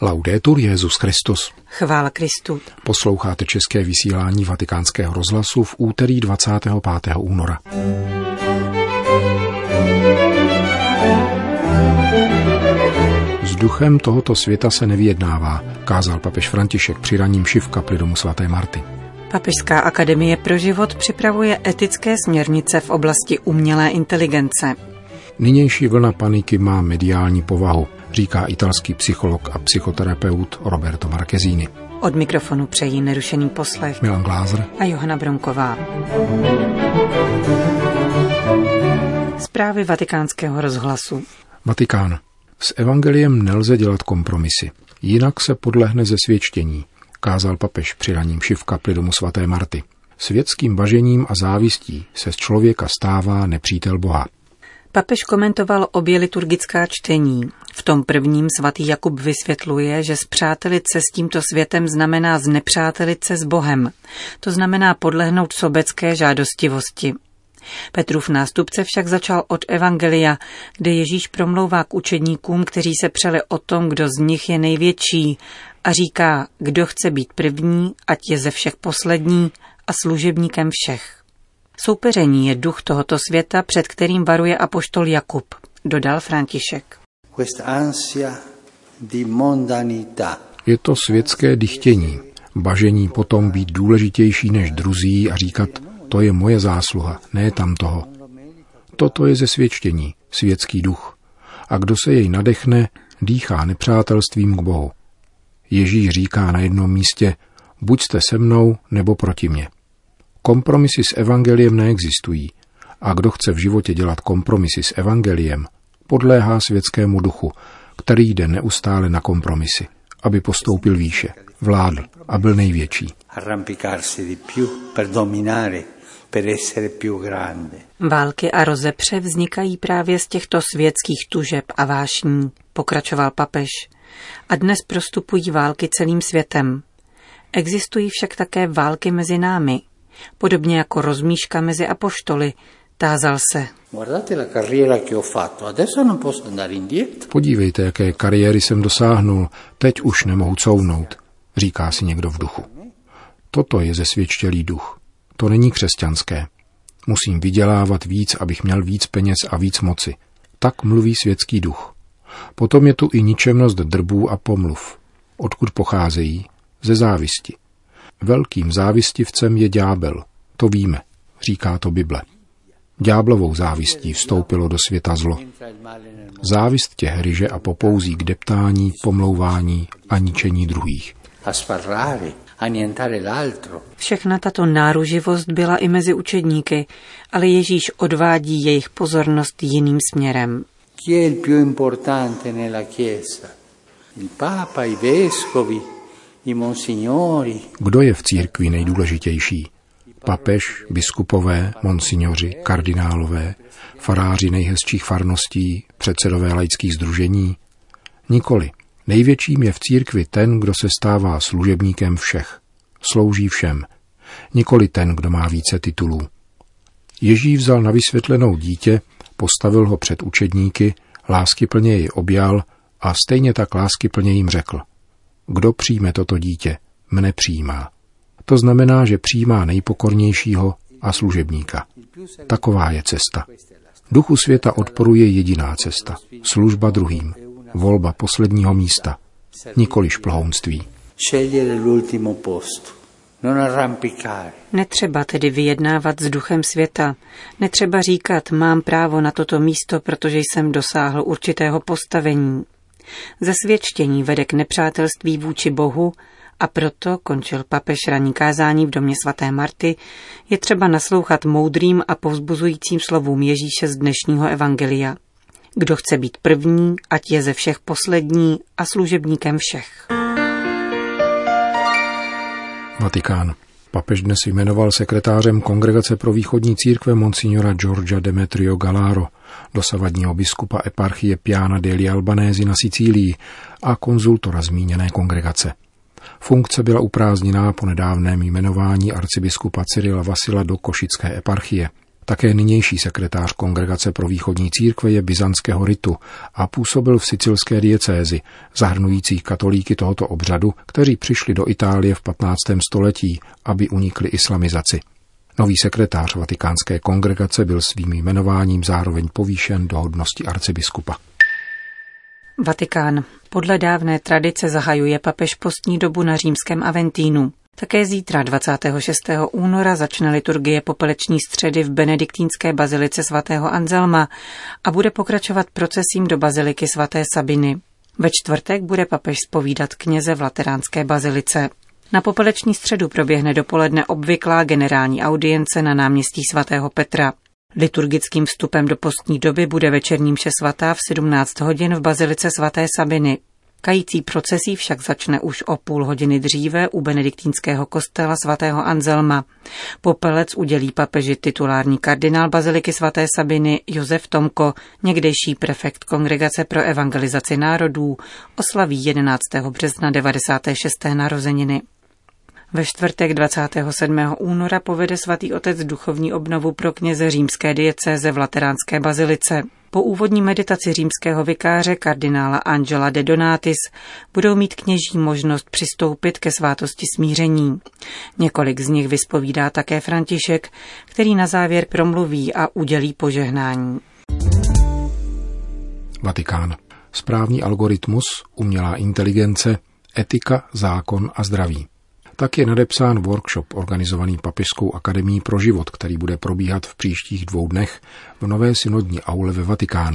Laudetur Jesus Christus. Chvála Kristu. Posloucháte české vysílání Vatikánského rozhlasu v úterý 25. února. S duchem tohoto světa se nevyjednává, kázal papež František při ranní mši v kapli domu svaté Marty. Papežská akademie pro život připravuje etické směrnice v oblasti umělé inteligence. Nynější vlna paniky má mediální povahu, říká italský psycholog a psychoterapeut Roberto Marchesini. Od mikrofonu přejí nerušený poslech Milan Glázer a Johana Bronková. Zprávy Vatikánského rozhlasu. Vatikán. S evangeliem nelze dělat kompromisy, jinak se podlehne zesvědčení, kázal papež při ranní mši v kapli domu svaté Marty. Světským bažením a závistí se z člověka stává nepřítel Boha. Papež komentoval obě liturgická čtení. V tom prvním svatý Jakub vysvětluje, že spřátelit se s tímto světem znamená znepřátelit se s Bohem. To znamená podlehnout sobecké žádostivosti. Petrův nástupce však začal od evangelia, kde Ježíš promlouvá k učedníkům, kteří se přeli o tom, kdo z nich je největší, a říká, kdo chce být první, ať je ze všech poslední a služebníkem všech. Soupeření je duch tohoto světa, před kterým varuje apoštol Jakub, dodal František. Je to světské dychtění, bažení potom být důležitější než druzí a říkat, to je moje zásluha, ne tamtoho. Toto je zesvědčení, světský duch. A kdo se jej nadechne, dýchá nepřátelstvím k Bohu. Ježíš říká na jednom místě, buď jste se mnou, nebo proti mně. Kompromisy s evangeliem neexistují a kdo chce v životě dělat kompromisy s evangeliem, podléhá světskému duchu, který jde neustále na kompromisy, aby postoupil výše, vládl a byl největší. Války a rozepře vznikají právě z těchto světských tužeb a vášní, pokračoval papež. A dnes prostupují války celým světem. Existují však také války mezi námi, podobně jako rozmíška mezi apoštoly, tázal se. Podívejte, jaké kariéry jsem dosáhnul, teď už nemohu couvnout, říká si někdo v duchu. Toto je zesvědčilý duch. To není křesťanské. Musím vydělávat víc, abych měl víc peněz a víc moci. Tak mluví světský duch. Potom je tu i ničemnost drbů a pomluv. Odkud pocházejí? Ze závisti. Velkým závistivcem je ďábel. To víme, říká to Bible. Ďáblovou závistí vstoupilo do světa zlo. Závist tě hryže a popouzí k deptání, pomlouvání a ničení druhých. Všechna tato náruživost byla i mezi učedníky, ale Ježíš odvádí jejich pozornost jiným směrem. Kdo je v církvi nejdůležitější? Papež, biskupové, monsignoři, kardinálové, faráři nejhezčích farností, předsedové laických sdružení? Nikoli. Největším je v církvi ten, kdo se stává služebníkem všech. Slouží všem. Nikoli ten, kdo má více titulů. Ježíš vzal na vysvětlenou dítě, postavil ho před učedníky, láskyplně jej objal a stejně tak láskyplně jim řekl. Kdo přijme toto dítě, mne přijímá. To znamená, že přijímá nejpokornějšího a služebníka. Taková je cesta. Duchu světa odporuje jediná cesta. Služba druhým. Volba posledního místa. Nikoli šplhounství. Netřeba tedy vyjednávat s duchem světa. Netřeba říkat, mám právo na toto místo, protože jsem dosáhl určitého postavení. Zasvědčení vede k nepřátelství vůči Bohu a proto, končil papež ranní kázání v domě svaté Marty, je třeba naslouchat moudrým a povzbuzujícím slovům Ježíše z dnešního evangelia. Kdo chce být první, ať je ze všech poslední a služebníkem všech. Vatikán. Papež dnes jmenoval sekretářem Kongregace pro východní církve monsignora Giorgia Demetrio Galaro, dosavadního biskupa eparchie Piana degli Albanesi na Sicílii a konzultora zmíněné kongregace. Funkce byla uprázdněná po nedávném jmenování arcibiskupa Cyrila Vasila do košické eparchie. Také nynější sekretář Kongregace pro východní církve je byzantského ritu a působil v sicilské diecézi, zahrnující katolíky tohoto obřadu, kteří přišli do Itálie v 15. století, aby unikli islamizaci. Nový sekretář Vatikánské kongregace byl svým jmenováním zároveň povýšen do hodnosti arcibiskupa. Vatikán. Podle dávné tradice zahajuje papež postní dobu na římském Aventínu. Také zítra 26. února začne liturgie popeleční středy v benediktínské bazilice svatého Anselma a bude pokračovat procesím do baziliky svaté Sabiny. Ve čtvrtek bude papež zpovídat kněze v lateránské bazilice. Na popeleční středu proběhne dopoledne obvyklá generální audience na náměstí svatého Petra. Liturgickým vstupem do postní doby bude večerní mše svatá v 17 hodin v bazilice svaté Sabiny. Kající procesí však začne už o půl hodiny dříve u benediktínského kostela svatého Anselma. Popelec udělí papeži titulární kardinál baziliky svaté Sabiny Josef Tomko, někdejší prefekt Kongregace pro evangelizaci národů, oslaví 11. března 96. narozeniny. Ve čtvrtek 27. února povede svatý otec duchovní obnovu pro kněze římské diecéze v lateránské bazilice. Po úvodní meditaci římského vikáře kardinála Angela de Donatis budou mít kněží možnost přistoupit ke svátosti smíření. Několik z nich vyspovídá také František, který na závěr promluví a udělí požehnání. Vatikán. Správný algoritmus, umělá inteligence, etika, zákon a zdraví. Tak je nadepsán workshop organizovaný Papežskou akademií pro život, který bude probíhat v příštích 2 dnech v nové synodní aule ve Vatikánu.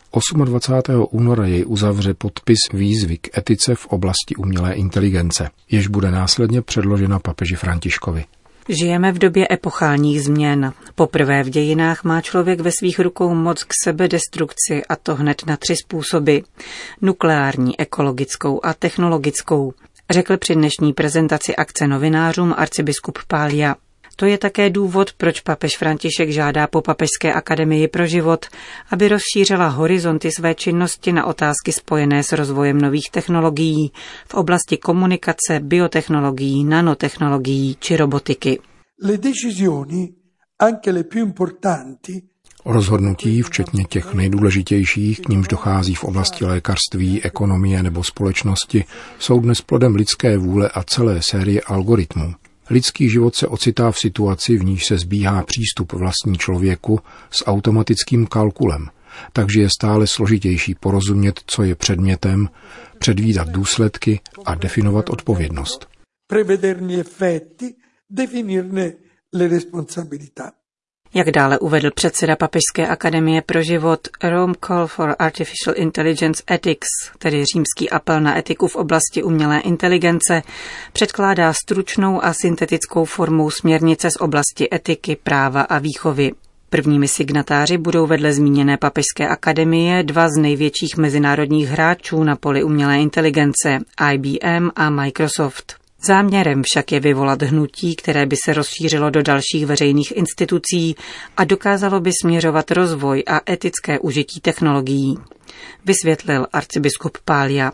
28. února jej uzavře podpis výzvy k etice v oblasti umělé inteligence, jež bude následně předložena papeži Františkovi. Žijeme v době epochálních změn. Poprvé v dějinách má člověk ve svých rukou moc k sebedestrukci, a to hned na 3 způsoby. Nukleární, ekologickou a technologickou, řekl při dnešní prezentaci akce novinářům arcibiskup Paglia. To je také důvod, proč papež František žádá po Papežské akademii pro život, aby rozšířila horizonty své činnosti na otázky spojené s rozvojem nových technologií v oblasti komunikace, biotechnologií, nanotechnologií či robotiky. Le decisioni, anche le più importanti, Rozhodnutí, včetně těch nejdůležitějších, k nímž dochází v oblasti lékařství, ekonomie nebo společnosti, jsou dnes plodem lidské vůle a celé série algoritmů. Lidský život se ocitá v situaci, v níž se zbíhá přístup vlastní člověku s automatickým kalkulem, takže je stále složitější porozumět, co je předmětem, předvídat důsledky a definovat odpovědnost. prevederni effetti, definirne le responsabilità. Jak dále uvedl předseda Papežské akademie pro život, Rome Call for Artificial Intelligence Ethics, tedy římský apel na etiku v oblasti umělé inteligence, předkládá stručnou a syntetickou formou směrnice z oblasti etiky, práva a výchovy. Prvními signatáři budou vedle zmíněné Papežské akademie 2 z největších mezinárodních hráčů na poli umělé inteligence, IBM a Microsoft. Záměrem však je vyvolat hnutí, které by se rozšířilo do dalších veřejných institucí a dokázalo by směřovat rozvoj a etické užití technologií, vysvětlil arcibiskup Paglia.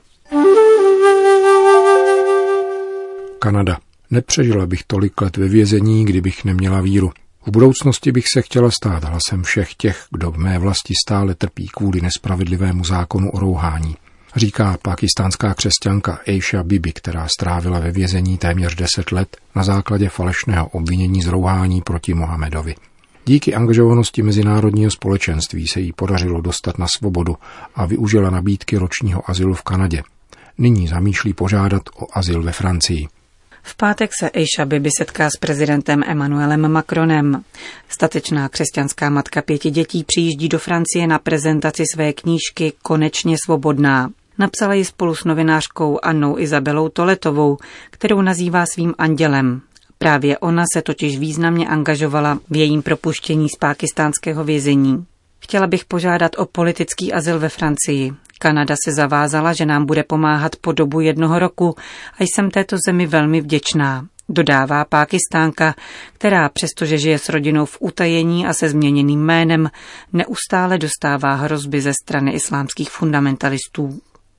Kanada. Nepřežila bych tolik let ve vězení, kdybych neměla víru. V budoucnosti bych se chtěla stát hlasem všech těch, kdo v mé vlasti stále trpí kvůli nespravedlivému zákonu o rouhání, říká pákistánská křesťanka Aisha Bibi, která strávila ve vězení téměř 10 let na základě falešného obvinění z rouhání proti Mohamedovi. Díky angažovanosti mezinárodního společenství se jí podařilo dostat na svobodu a využila nabídky ročního azylu v Kanadě. Nyní zamýšlí požádat o azyl ve Francii. V pátek se Aisha Bibi setká s prezidentem Emmanuelem Macronem. Statečná křesťanská matka 5 dětí přijíždí do Francie na prezentaci své knížky Konečně svobodná. Napsala ji spolu s novinářkou Annou Izabelou Toletovou, kterou nazývá svým andělem. Právě ona se totiž významně angažovala v jejím propuštění z pákistánského vězení. Chtěla bych požádat o politický azyl ve Francii. Kanada se zavázala, že nám bude pomáhat po dobu 1 roku a jsem této zemi velmi vděčná, dodává Pákistánka, která přestože žije s rodinou v utajení a se změněným jménem, neustále dostává hrozby ze strany islámských fundamentalistů.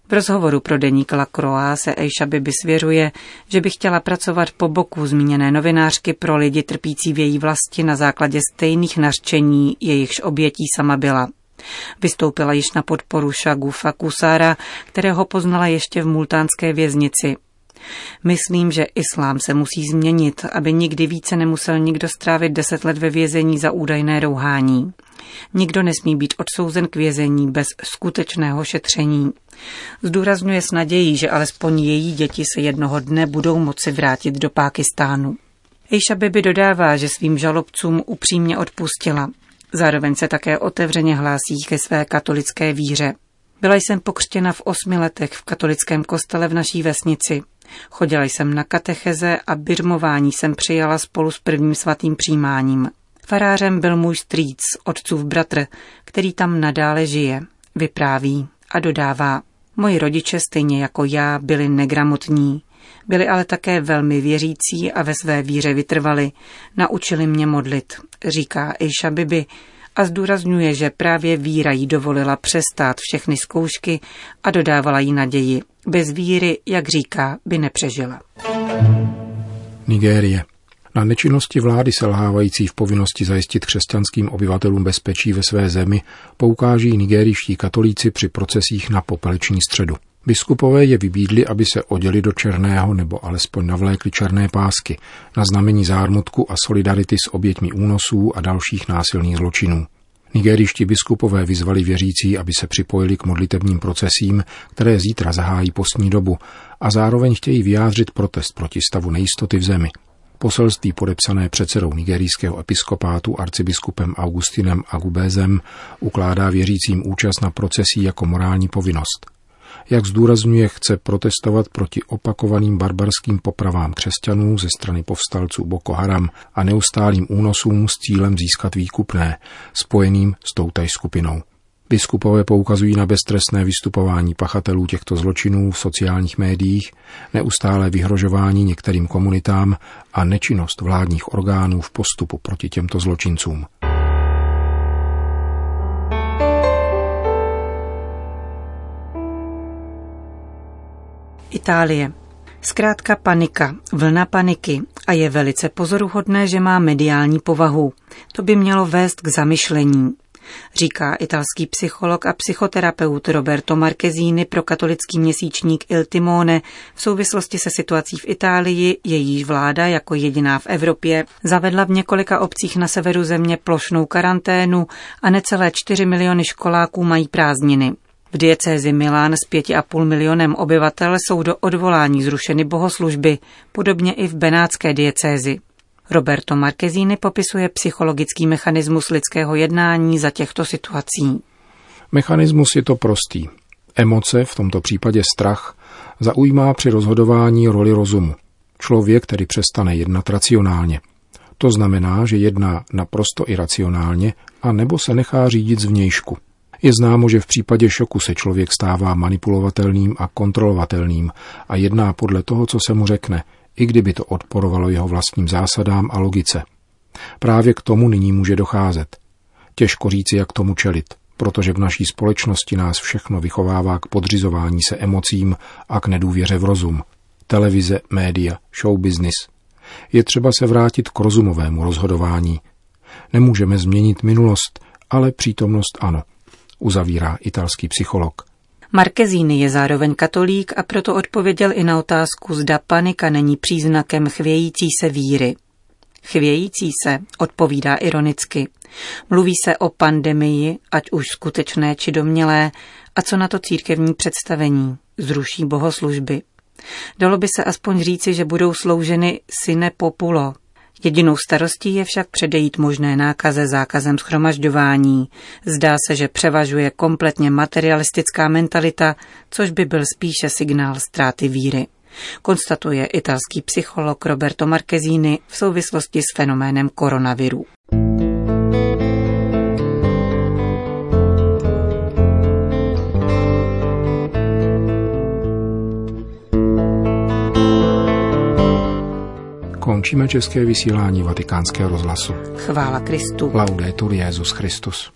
V rozhovoru pro deník La Croix se Aisha Bibi svěřuje, že by chtěla pracovat po boku zmíněné novinářky pro lidi trpící v její vlasti na základě stejných nařčení, jejichž obětí sama byla. Vystoupila již na podporu Šagufa Kusára, kterého poznala ještě v multánské věznici. Myslím, že islám se musí změnit, aby nikdy více nemusel nikdo strávit 10 let ve vězení za údajné rouhání. Nikdo nesmí být odsouzen k vězení bez skutečného šetření. Zdůrazňuje s nadějí, že alespoň její děti se jednoho dne budou moci vrátit do Pákistánu. Aisha Bibi dodává, že svým žalobcům upřímně odpustila. Zároveň se také otevřeně hlásí ke své katolické víře. Byla jsem pokřtěna v 8 letech v katolickém kostele v naší vesnici. Chodila jsem na katecheze a birmování jsem přijala spolu s prvním svatým přijímáním. Farářem byl můj strýc, otcův bratr, který tam nadále žije, vypráví a dodává. Moji rodiče stejně jako já byli negramotní. Byli ale také velmi věřící a ve své víře vytrvali. Naučili mě modlit, říká Aisha Bibi a zdůrazňuje, že právě víra jí dovolila přestát všechny zkoušky a dodávala jí naději. Bez víry, jak říká, by nepřežila. Nigérie. Na nečinnosti vlády selhávající v povinnosti zajistit křesťanským obyvatelům bezpečí ve své zemi poukáží nigérijští katolíci při procesích na popeleční středu. Biskupové je vybídli, aby se oděli do černého nebo alespoň navlékli černé pásky na znamení zármutku a solidarity s oběťmi únosů a dalších násilných zločinů. Nigérijští biskupové vyzvali věřící, aby se připojili k modlitebním procesím, které zítra zahájí postní dobu, a zároveň chtějí vyjádřit protest proti stavu nejistoty v zemi. Poselství podepsané předsedou nigerijského episkopátu arcibiskupem Augustinem Agubezem ukládá věřícím účast na procesí jako morální povinnost. Jak zdůrazňuje, chce protestovat proti opakovaným barbarským popravám křesťanů ze strany povstalců Boko Haram a neustálým únosům s cílem získat výkupné, spojeným s toutéž skupinou. Biskupové poukazují na beztrestné vystupování pachatelů těchto zločinů v sociálních médiích, neustálé vyhrožování některým komunitám a nečinnost vládních orgánů v postupu proti těmto zločincům. Itálie. Zkrátka panika, vlna paniky a je velice pozoruhodné, že má mediální povahu. To by mělo vést k zamyšlení, říká italský psycholog a psychoterapeut Roberto Marchesini pro katolický měsíčník Il Timone v souvislosti se situací v Itálii, jejíž vláda jako jediná v Evropě zavedla v několika obcích na severu země plošnou karanténu a necelé 4 miliony školáků mají prázdniny. V diecézi Milán s 5,5 milionem obyvatel jsou do odvolání zrušeny bohoslužby, podobně i v benátské diecézi. Roberto Marchesini popisuje psychologický mechanismus lidského jednání za těchto situací. Mechanismus je to prostý. Emoce, v tomto případě strach, zaujímá při rozhodování roli rozumu. Člověk tedy přestane jednat racionálně. To znamená, že jedná naprosto iracionálně a nebo se nechá řídit zvnějšku. Je známo, že v případě šoku se člověk stává manipulovatelným a kontrolovatelným a jedná podle toho, co se mu řekne, i kdyby to odporovalo jeho vlastním zásadám a logice. Právě k tomu nyní může docházet. Těžko říci, jak tomu čelit, protože v naší společnosti nás všechno vychovává k podřizování se emocím a k nedůvěře v rozum. Televize, média, show business. Je třeba se vrátit k rozumovému rozhodování. Nemůžeme změnit minulost, ale přítomnost ano, uzavírá italský psycholog. Marchesini je zároveň katolík a proto odpověděl i na otázku, zda panika není příznakem chvějící se víry. Chvějící se, odpovídá ironicky. Mluví se o pandemii, ať už skutečné či domnělé, a co na to církevní představení? Zruší bohoslužby. Dalo by se aspoň říci, že budou slouženy sine populo. Jedinou starostí je však předejít možné nákaze zákazem shromažďování. Zdá se, že převažuje kompletně materialistická mentalita, což by byl spíše signál ztráty víry, konstatuje italský psycholog Roberto Marchesini v souvislosti s fenoménem koronaviru. Končíme české vysílání Vatikánského rozhlasu. Chvála Kristu. Laudetur Jesus Christus.